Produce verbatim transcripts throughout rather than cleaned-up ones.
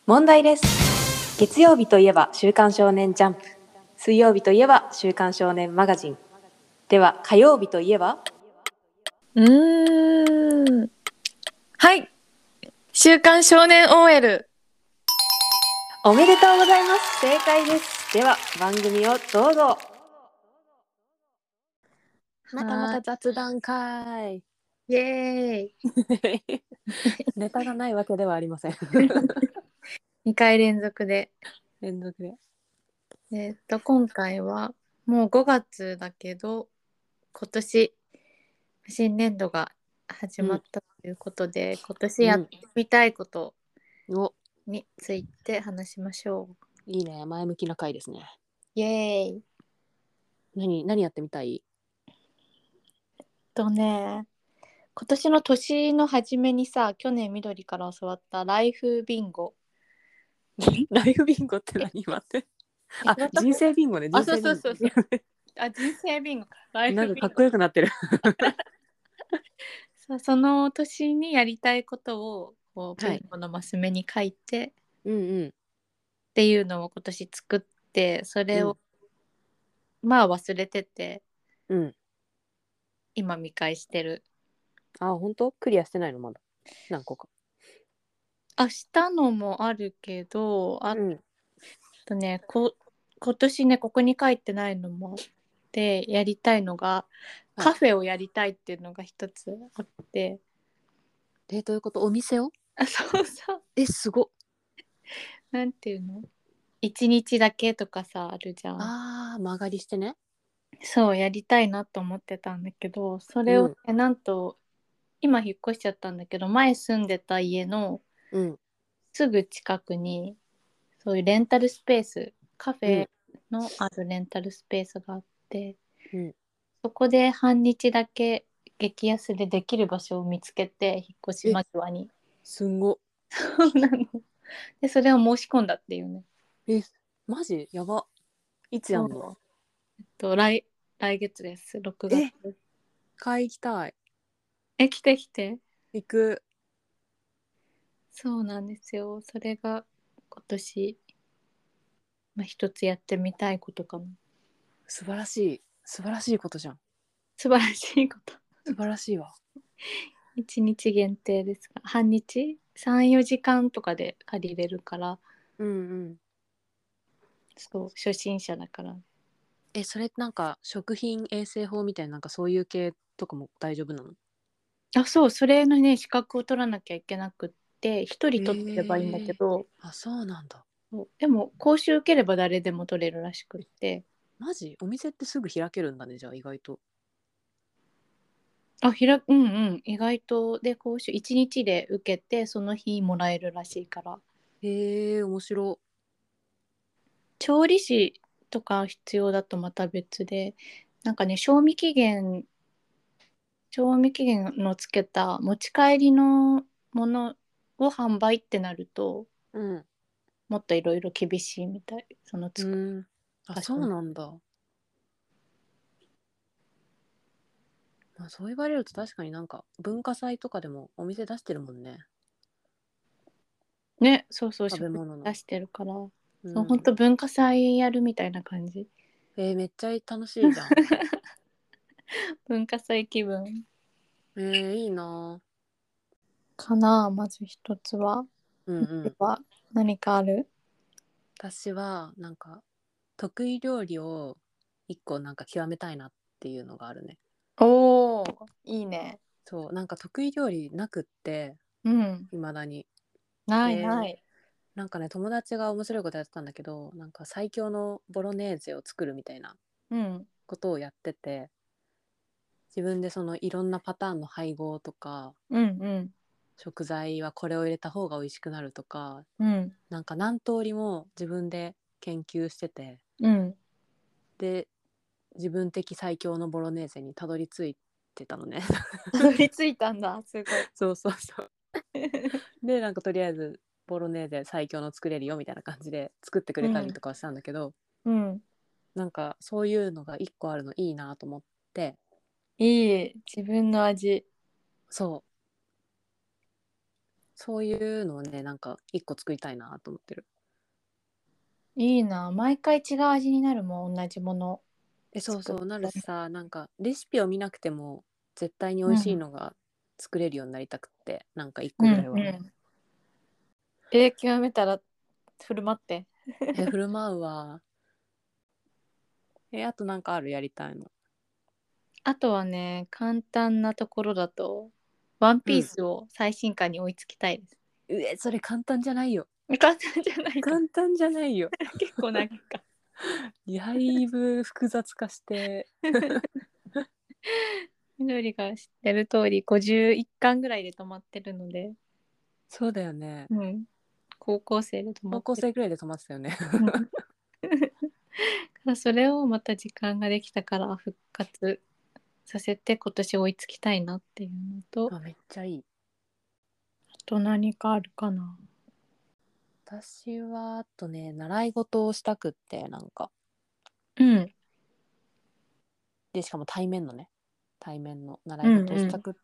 問題です。月曜日といえば週刊少年ジャンプ、水曜日といえば週刊少年マガジン、では火曜日といえば？ うーんはい週刊少年 オーエル。 おめでとうございます。正解です。では番組をどうぞ。またまた雑談会。 イエーイネタがないわけではありません。 にかい連続で、 連続で。 えー、っと今回はもうごがつだけど、今年新年度が始まったということで、うん、今年やってみたいことについて話しましょう。 いいね、前向きな回ですね。 イエーイ。 何何やってみたい？ とね今年の年の初めにさ、去年緑から教わったライフビンゴ。 ライフビンゴって何？待って。あ、人生ビンゴね。人生ビンゴ。 あ、そうそうそうそう。あ、人生ビンゴか。ライフビンゴ。 なんかかっこよくなってる。 そ, その年にやりたいことをこうビンゴのマス目に書いて、はい、 うんうん、 っていうのを今年作って、それを、うん、まあ忘れてて、 うん、 今見返してる。 あ、本当？クリアしてないのまだ何個か。 あ、したのもあるけど、あとね、 うん、 こ今年ねここに書いてないのもあって、やりたいのがカフェをやりたいっていうのが一つあって、はい、 え、どういうこと？お店を？ あ、そうそう。 え、すごっ。 なんていうの？一日だけとかさ、あるじゃん。 あー、曲がりしてね。 そう、やりたいなと思ってたんだけど、それを、ね、うん、なんと今引っ越しちゃったんだけど、前住んでた家のすぐ近くにそういうレンタルスペース、カフェのあるレンタルスペースがあって、うん、そこで半日だけ激安でできる場所を見つけて、引っ越し間際に。 すんご。 そうなの。でそれを申し込んだっていうね。 え、マジやば。いつやんの？ えっと来来月です。ろくがつ。 え、買い行きたい。 え、来て来て。 行く。 そうなんですよ。それが今年、まあ、一つやってみたいことかな。 素晴らしい。素晴らしいことじゃん。 素晴らしいこと。 素晴らしいわ。 一日限定ですが、半日さん、よじかんとかで借りれるから。 うんうん。 そう、初心者だから。 え、それなんか食品衛生法みたいな、なんかそういう系とかも大丈夫なの？ あ、そう、それのね資格を取らなきゃいけなくって、一人取ってればいいんだけど、 あ、そうなんだ。 でも講習受ければ誰でも取れるらしくって。 マジ？お店ってすぐ開けるんだね、じゃあ意外と。 あ、ひらうんうん、意外と。で講習いちにちで受けて、その日もらえるらしいから。 へえ、面白。 調理師とか必要だとまた別で、なんかね、賞味期限賞味期限のつけた持ち帰りのものを販売ってなると、 うん。 もっといろいろ厳しいみたい。そのうつくん。あ、 場所に。 そうなんだ。まあ、そう言われると確かになんか文化祭とかでもお店出してるもんね。 ね、そうそう、 食べ食物の。 出してるから、 うそう、本ん。 当文化祭やるみたいな感じ。 えー、めっちゃ楽しいじゃん。 文化祭気分えー、いいな。 かな、まず一つは。 うんうん。 は何かある？ 私はなんか得意料理を一個なんか極めたいなっていうのがあるね。 おー、いいね。 そう、なんか得意料理なくって、 うん。 未だに。 ないなで、 い。 なんかね、友達が面白いことやってたんだけど、なんか最強のボロネーゼを作るみたいなうん。 ことをやってて、自分でそのいろんなパターンの配合とか、 うんうん食材はこれを入れた方が美味しくなるとか、 うん。なんか何通りも自分で研究してて、 うん。 で自分的最強のボロネーゼにたどり着いてたのね。 たどり着いたんだ、すごい。 そうそうそうで、なんかとりあえずボロネーゼ最強の作れるよみたいな感じで作ってくれたりとかしたんだけど、 うん。 なんかそういうのが一個あるのいいなと思って。 いい、自分の味。 そそういうのをねなんか一個作りたいなと思ってる。 いいな、毎回違う味になるもん、同じものえそう作るそうなると。 しさ、なんかレシピを見なくても絶対に美味しいうんのが作れるようになりたくって、なんか一う個ぐらいは。 んうん。えー、極めたら振る舞って。 え振る舞うわ。えあとなんかあるやりたいの？ あとはね、簡単なところだと、ワンピーうん。 スを最新刊に追いつきたいです。 えそれ簡単じゃないよ。 簡単じゃないの？ 簡単じゃないよ。 結構長いか。 だいぶ複雑化して。 みどりが知ってる通り、ごじゅういっかんぐらいで止まってるので、 そうだよね。 うん。高校生で止ま高ってる。 校生ぐらいで止まってたよね。 うん。からそれをまた時間ができたから復活させて今年追いつきたいなっていうのと、 あめっちゃいい。 あと何かあるかな。 私はあとね習い事をしたくって、なんかうん。 でしかも対面のね対面の習ういんうん。 事をしたくって、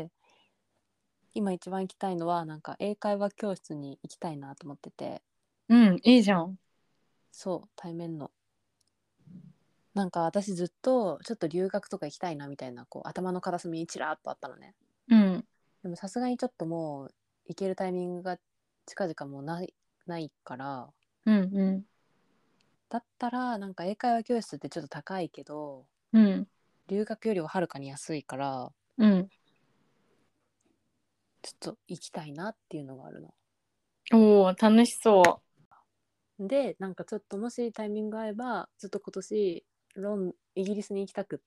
今一番行きたいのはなんか英会話教室に行きたいなと思ってて。 うん、いいじゃん。 そう対面の、なんか私ずっとちょっと留学とか行きたいなみたいなこう頭の片隅にちらっとあったのね。 うん。 でもさすがにちょっともう行けるタイミングが近々もうないないから、 うんうん。 だったらなんか英会話教室ってちょっと高いけどうん。 留学よりははるかに安いから、 うん。 ちょっと行きたいなっていうのがあるの。 おお、楽しそでなんかちょっともしタイミング合えばずっと今年ロンイギリスに行きたくって。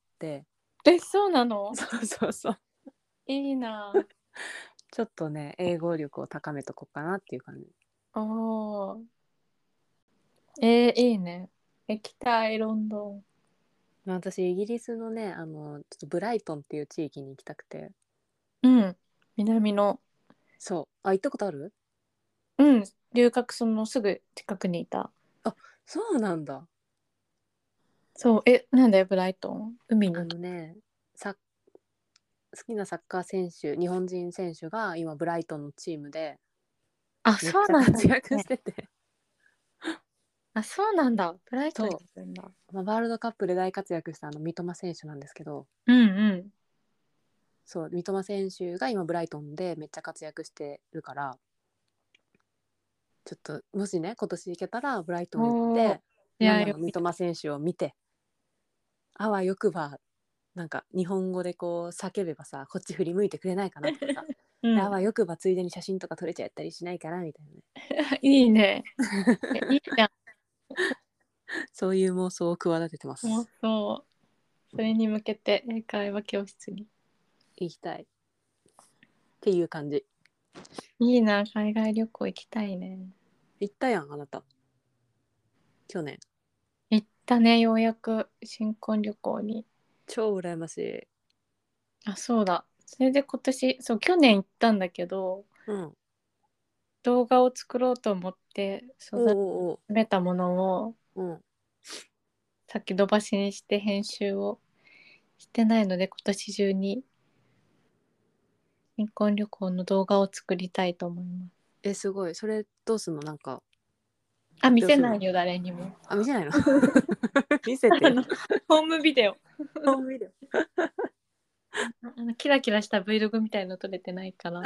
う。え、そうなの？ そうそうそう。 いいな。 ちょっとね英語力を高めとこうかなっていう感じ。 おお。えー、いいね。行きたい、ロンドン。 私イギリスのねあのちょっとブライトンっていう地域に行きたくて。 うん。南の。 そうあ行ったことある？ うん。留学そのすぐ近くにいた。 あそうなんだ。 そう。え、なんだよ、ブライトン。海あの。 のねさ好きなサッカー選手日本人選手が今ブライトンのチームであ、 めっそうなんだちゃ活躍しね。 てて。 あ、そうなんだ。ブライトンにそいるんだ。 う、まあ、ワールドカップで大活躍したあの三笘選手なんですけど、 うんうん。 そう三笘選手が今ブライトンでめっちゃ活躍してるから、ちょっともしね今年行けたらブライトン行っおー。 ていや、 生の三笘選手を見て、あわよくばなんか日本語でこう叫べばさこっち振り向いてくれないかなとかさ、 うん。 であわよくばついでに写真とか撮れちゃったりしないかなみたいなね。 いいね。え、いいじゃん。 そういう妄想を企ててまもうす。 そう。それに向けて英会話教室に。 行きたいっていう感じ。 いいな、海外旅行行きたいね。 行ったやんあなた去年。 行ったね、ようやく新婚旅行に。 超羨ましい。 あ、そうだ。それで今年、そう、去年行ったんだけど、 うん。 動画を作ろうと思ってお素材をうおう集めたものをおう。うん。 先延ばしにして編集をしてないので、今年中に新婚旅行の動画を作りたいと思います。 えすごい。それどうすんの？なんかあ、 発表するの？ 見せないよ、誰にも。 あ見せないの？見せてよ。 あの、ホームビデオ。 ホームビデオ。 あのキラキラした Vlog みたいの撮れてないから。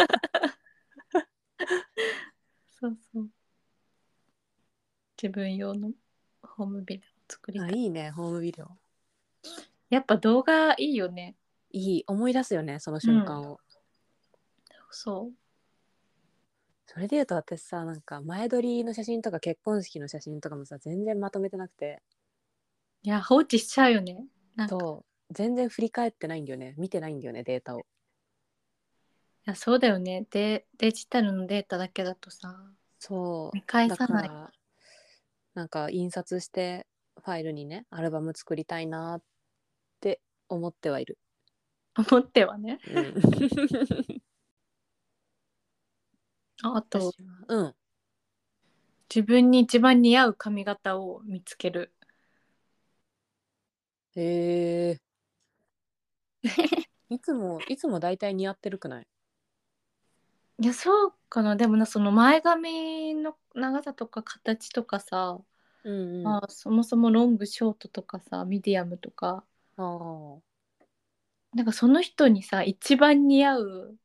そうそう。自分用のホームビデオを作りあたい。 いいねホームビデオ。 やっぱ動画いいよね。 いい思い出すよねそのうん。 瞬間を。 そう。 それで言うと私さなんか前撮りの写真とか結婚式の写真とかもさ全然まとめてなくて。 いや、放置しちゃうよね。なんか、 そう全然振り返ってないんだよね、見てないんだよねデータを。 いや、そうだよね。で、デジタルのデータだけだとさ、 そ見返うださない。 からなんか印刷してファイルにねアルバム作りたいなって思ってはいる。 思ってはね。 うんああと、 私はうん。 自分に一番似合う髪型を見つける。 へえいつもいつも大体似合ってるくない？ いやそうかな。でもな、その前髪の長さとか形とかさ、 うんうん。 まあ、そもそもロングショートとかさミディアムとか、 ああ。 なんかその人にさ一番似合う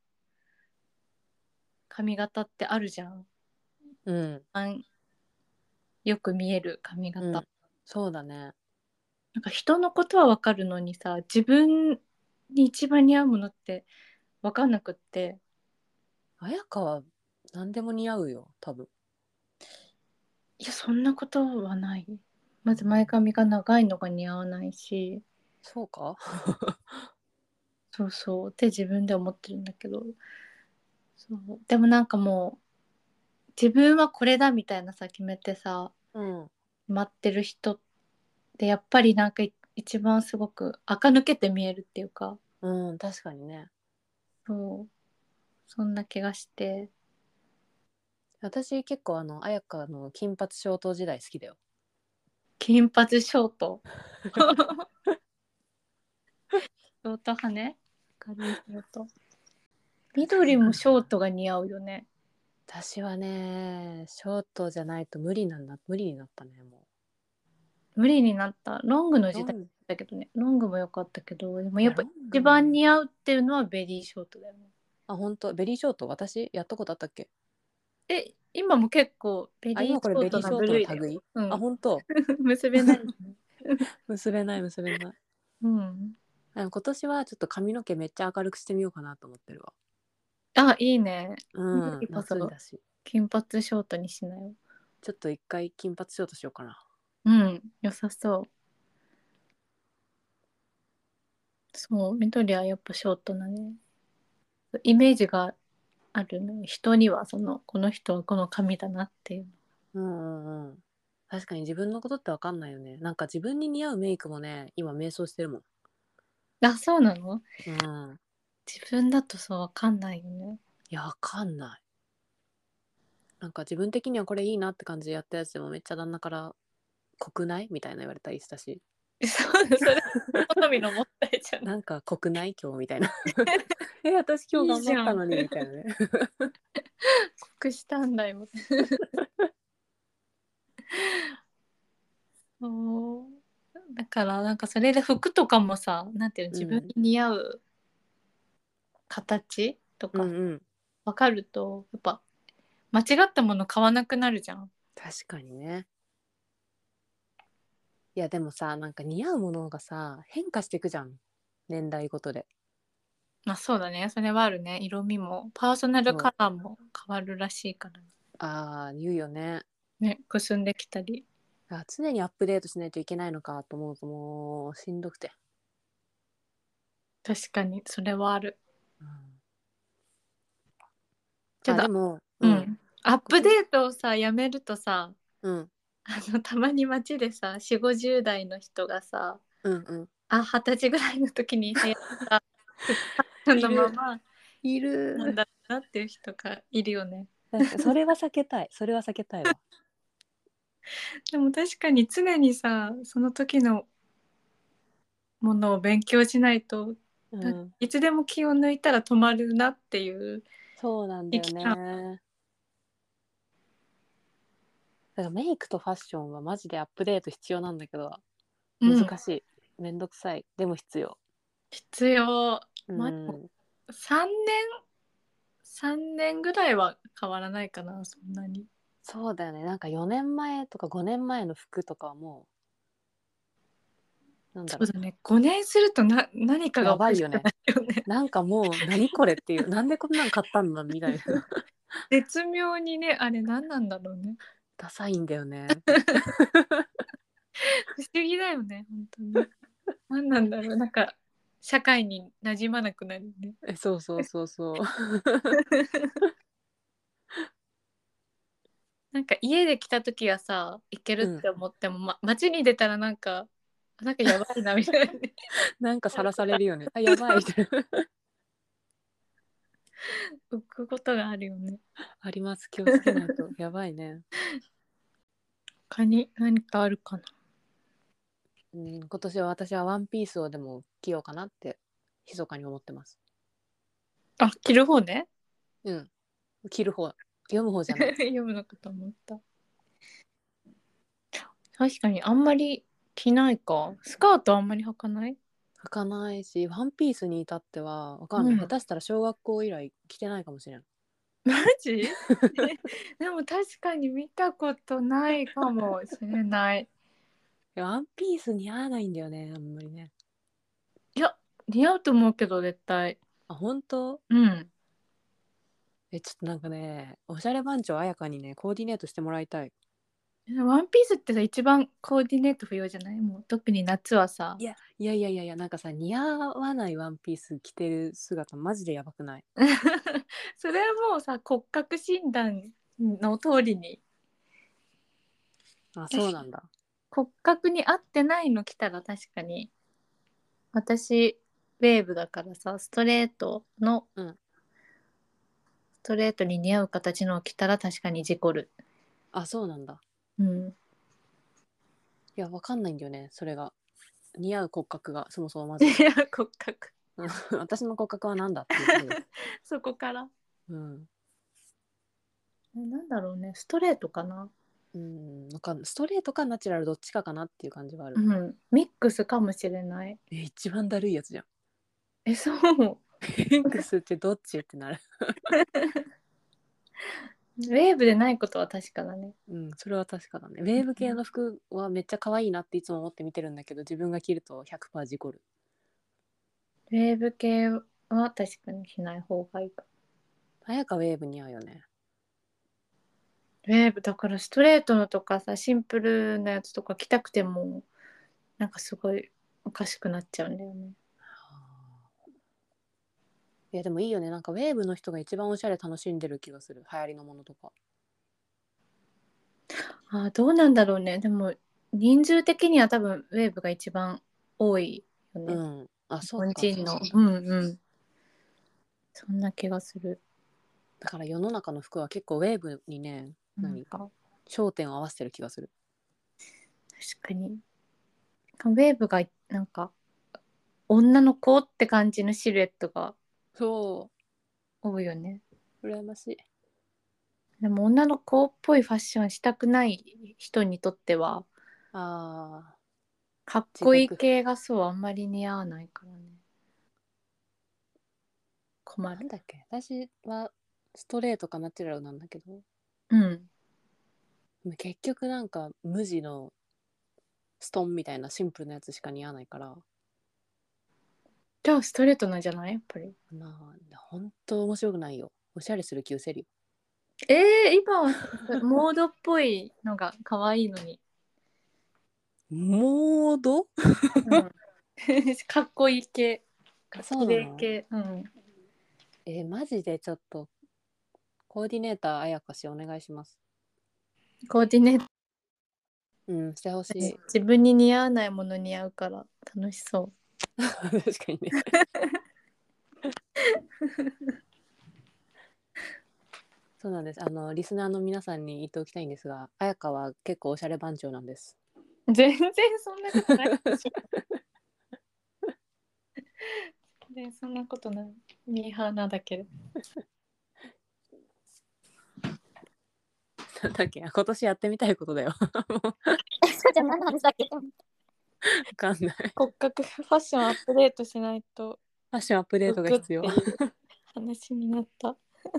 髪型ってあるじゃん。 うん。 あんよく見える髪型。 うん。そうだね。 なんか人のことはわかるのにさ、自分に一番似合うものってわかんなくって。 綾香は何でも似合うよ、多分。 いや、そんなことはない。まず前髪が長いのが似合わないし、 そうか。 そうそうって自分で思ってるんだけど、そうでもなんかもう自分はこれだみたいなさ決めてさうん。 待ってる人ってやっぱりなんか一番すごく垢抜けて見えるっていうか、 うん、確かにね。 そうそんな気がして。 私結構あの綾香の金髪ショート時代好きだよ。 金髪ショートショート派ね。軽いショート。緑もショートが似合うよね。 私はね、ショートじゃないと無理なんだ、無理になったね、も無理になった。ロングのう。ロ時代ン、 だけどね。ロングも良かったけど、でもいや、 やっぱロン一グもね。 番似合うっていうのはベリーショートだよね。 あ、本当ベリーショート、私やったことあったっけ？ え、今も結構ベあ、 リー今これショートなベリーショートの部類だよ。 類。あ、 うん。 本当？ 結べないよね。 結べない、結べない。 うん。 でも今年はちょっと髪の毛めっちゃ明るくしてみようかなと思ってるわ。 あ、いいね。 うん、 緑こそ夏だし。 金髪ショートにしなよ。 ちょっと一回金髪ショートしようかな。 うん。良さそう。そう、緑はやっぱショートなね。イメージがあるの。人にはその、この人はこの髪だなっていう。 うんうんうん。確かに自分のことってわかんないよね。なんか自分に似合うメイクもね、今迷走してるもん。 あ、そうなの？ うん。 自分だとそうわかんないよね。 いや、わかんない。なんか自分的にはこれいいなって感じでやったやつでもめっちゃ旦那から濃くないみたいな言われたりしたし。 そうそれ好みの問題じゃん。 なんか濃くない今日みたいな。え、私今日頑張いいじゃん。 ったのにみたいなね。 濃くしたんだよ。そうだからなんかそれで服とかもさ、なんていうの、自分うん。 に似合う形とかうんうん。 分かるとやっぱ間違ったもの買わなくなるじゃん。 確かにね。いやでもさ、なんか似合うものがさ、変化していくじゃん。年代ごとで。 まあそうだね、それはあるね。色味もパーソナルそう。 カラーも変わるらしいからああ、言うよね。 ね、くすんできたり。 あ、常にアップデートしないといけないのかと思うともうしんどくて。 確かにそれはある。 うん、あ、 けど、 でも、うん。 うん、アップデートをさやめるとさ、 うん。 あのたまに街でさよんじゅう、ごじゅう代の人がさ、 うんうん。 あ、はたちぐらいの時に流行った服ファッションのまいる。 まいる。 なんだなっていう人がいるよね。 確かに、それは避けたい。それは避けたいわ。 でも確かに常にさその時のものを勉強しないと、 うだん。 いつでも気を抜いたら止まるなっていうそうなんだよ危機感。 ね。だからメイクとファッションはマジでアップデート必要なんだけど、 うん、 難しい。めんどくさい。でも必要。 必要。 うまあ、 ん。 さんねんさんねんぐらいは変わらないかな、そんなに。 そうだよね。なんかよねんまえとかごねんまえの服とかはもう、なんだろそうだね、ごねんするとな何かう。 がやばいよね。 おかしくなるよね。 なんかもう、何これっていう。なんでこんなん買ったんだみたいな。 絶妙にね、あれ何なんだろうね。 ダサいんだよね。 不思議だよね、本当に。何なんだろう、なんか社会に馴染まなくなるね。 え、そうそうそうそう。 なんか家で来た時はさ、いけるうん。 って思っても、ま、街に出たらなんか、なんかやばいなみたいなね。 なんかさらさあることれるよね。あ、やばいみたいな。 浮くことがあるよね。 あります。気をつけないと。やばいね。 他に何かあるかな。 うん、今年は私はワンピースをでも着ようかなって、密かに思ってます。 あ、着る方ね。 うん。 着る方、読む方じゃない。 読むのかと思った。確かにあんまり着ないか。スカートあんまり履かない？ 履かないし、ワンピースに至ってはわかんない、 うん、 下手したら小学校以来着てないかもしれない。 マジ？でも確かに見たことないかもしれない。 ワンピース似合わないんだよね、あんまりね。 いや、似合うと思うけど絶対。 あ、本当？ うん。 え、ちょっとなんかね、おしゃれ番長あやかにね、コーディネートしてもらいたい。 ワンピースってさ、一番コーディネート不要じゃない？もう特に夏はさ。 いやいやいやいやいや、なんかさ、似合わないワンピース着てる姿マジでやばくない？ それはもうさ、骨格診断の通りに。 あ、そうなんだ。 骨格に合ってないの着たら確かに。私ウェーブだからさ、ストレートの、 うん。 ストレートに似合う形のを着たら確かに事故る。 あ、そうなんだ。 うん。 いや、わかんないんだよね、それが。似合う骨格が、そもそもまず。 いや、骨格。 私の骨格は何だっていうところです。 そこから。 うん。 え、なんだろうね、ストレートかな。 うん、なんかストレートかナチュラルどっちかかなっていう感じはある。 うん。ミックスかもしれない。 え、一番だるいやつじゃん。 え、そう。 ミックスってどっちってなる。 ウェーブでないことは確かだね。 うん、それは確かだね。ウェーブ系の服はめっちゃ可愛いなっていつも思って見てるんだけど、自分が着ると ひゃくパーセント 事故る。 ウェーブ系は確かにしない方がいいか。 早かウェーブ似合うよね。 ウェーブだからストレートのとかさ、シンプルなやつとか着たくてもなんかすごいおかしくなっちゃうんだよね。 いやでもいいよね。なんかウェーブの人が一番おしゃれ楽しんでる気がする。流行りのものとか。 あー、どうなんだろうね。でも人数的には多分ウェーブが一番多いよね。 うん。あ、 日そうか。 本人の。うんうん。そんな気がする。 だから世の中の服は結構ウェーブにね、何なんか焦点を合わせてる気がする。 確かに。ウェーブがなんか女の子って感じのシルエットがそ多いよね。 う。羨ましい。 でも女の子っぽいファッションしたくない人にとってはああ、 かっこいい地獄。 系がそうあんまり似合わないからね。困る。 なんだっけ、私はストレートかナチュラルなんだけど、 うん。 結局なんか無地のストンみたいなシンプルなやつしか似合わないから、 じゃあストレートなんじゃない？やっぱり。 まあ本当面白くないよ。おしゃれする気失せるよ。 えー、今はモードっぽいのが可愛いのに。 モード？ うん、かっこいい系。綺そうなの？ 麗系。うん。 えーマジでちょっとコーディネーターあやかしお願いします。 コーディネート。 うんしてほしい。 自分に似合わないもの似合うから楽しそう。 確かにね。そうなんです。あのリスナーの皆さんに言っておきたいんですが、あやかは結構おしゃれ番長なんです。 全然そんなことないでしょ。全然そんなことない。ミーハーなだけで。 なんだっけ、今年やってみたいことだよ。 じゃあ何の話だっけ？ わかんない。 骨格ファッションアップデートしないとファッションアップデー浮くっトが必要。 ていう話になった。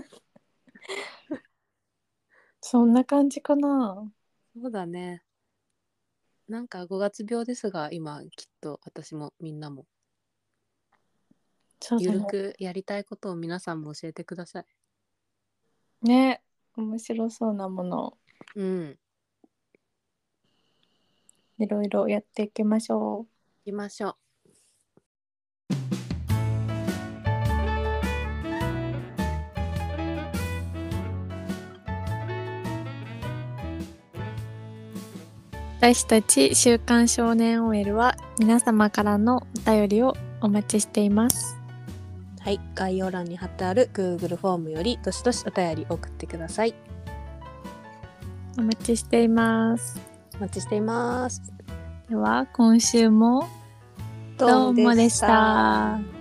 そんな感じかな。 そうだね。なんかごがつ病ですが、今きっと私もみんなもゆるそうだね。 くやりたいことを皆さんも教えてください。 ね、面白そうなものをうん。 いろいろやっていきましょう。 行きましょう。 私たち週刊少年 オーエル は皆様からのお便りをお待ちしています。 はい、概要欄に貼ってある Google フォームよりどしどしお便り送ってください。 お待ちしています。 お待ちしています。 では今週もどうもでした。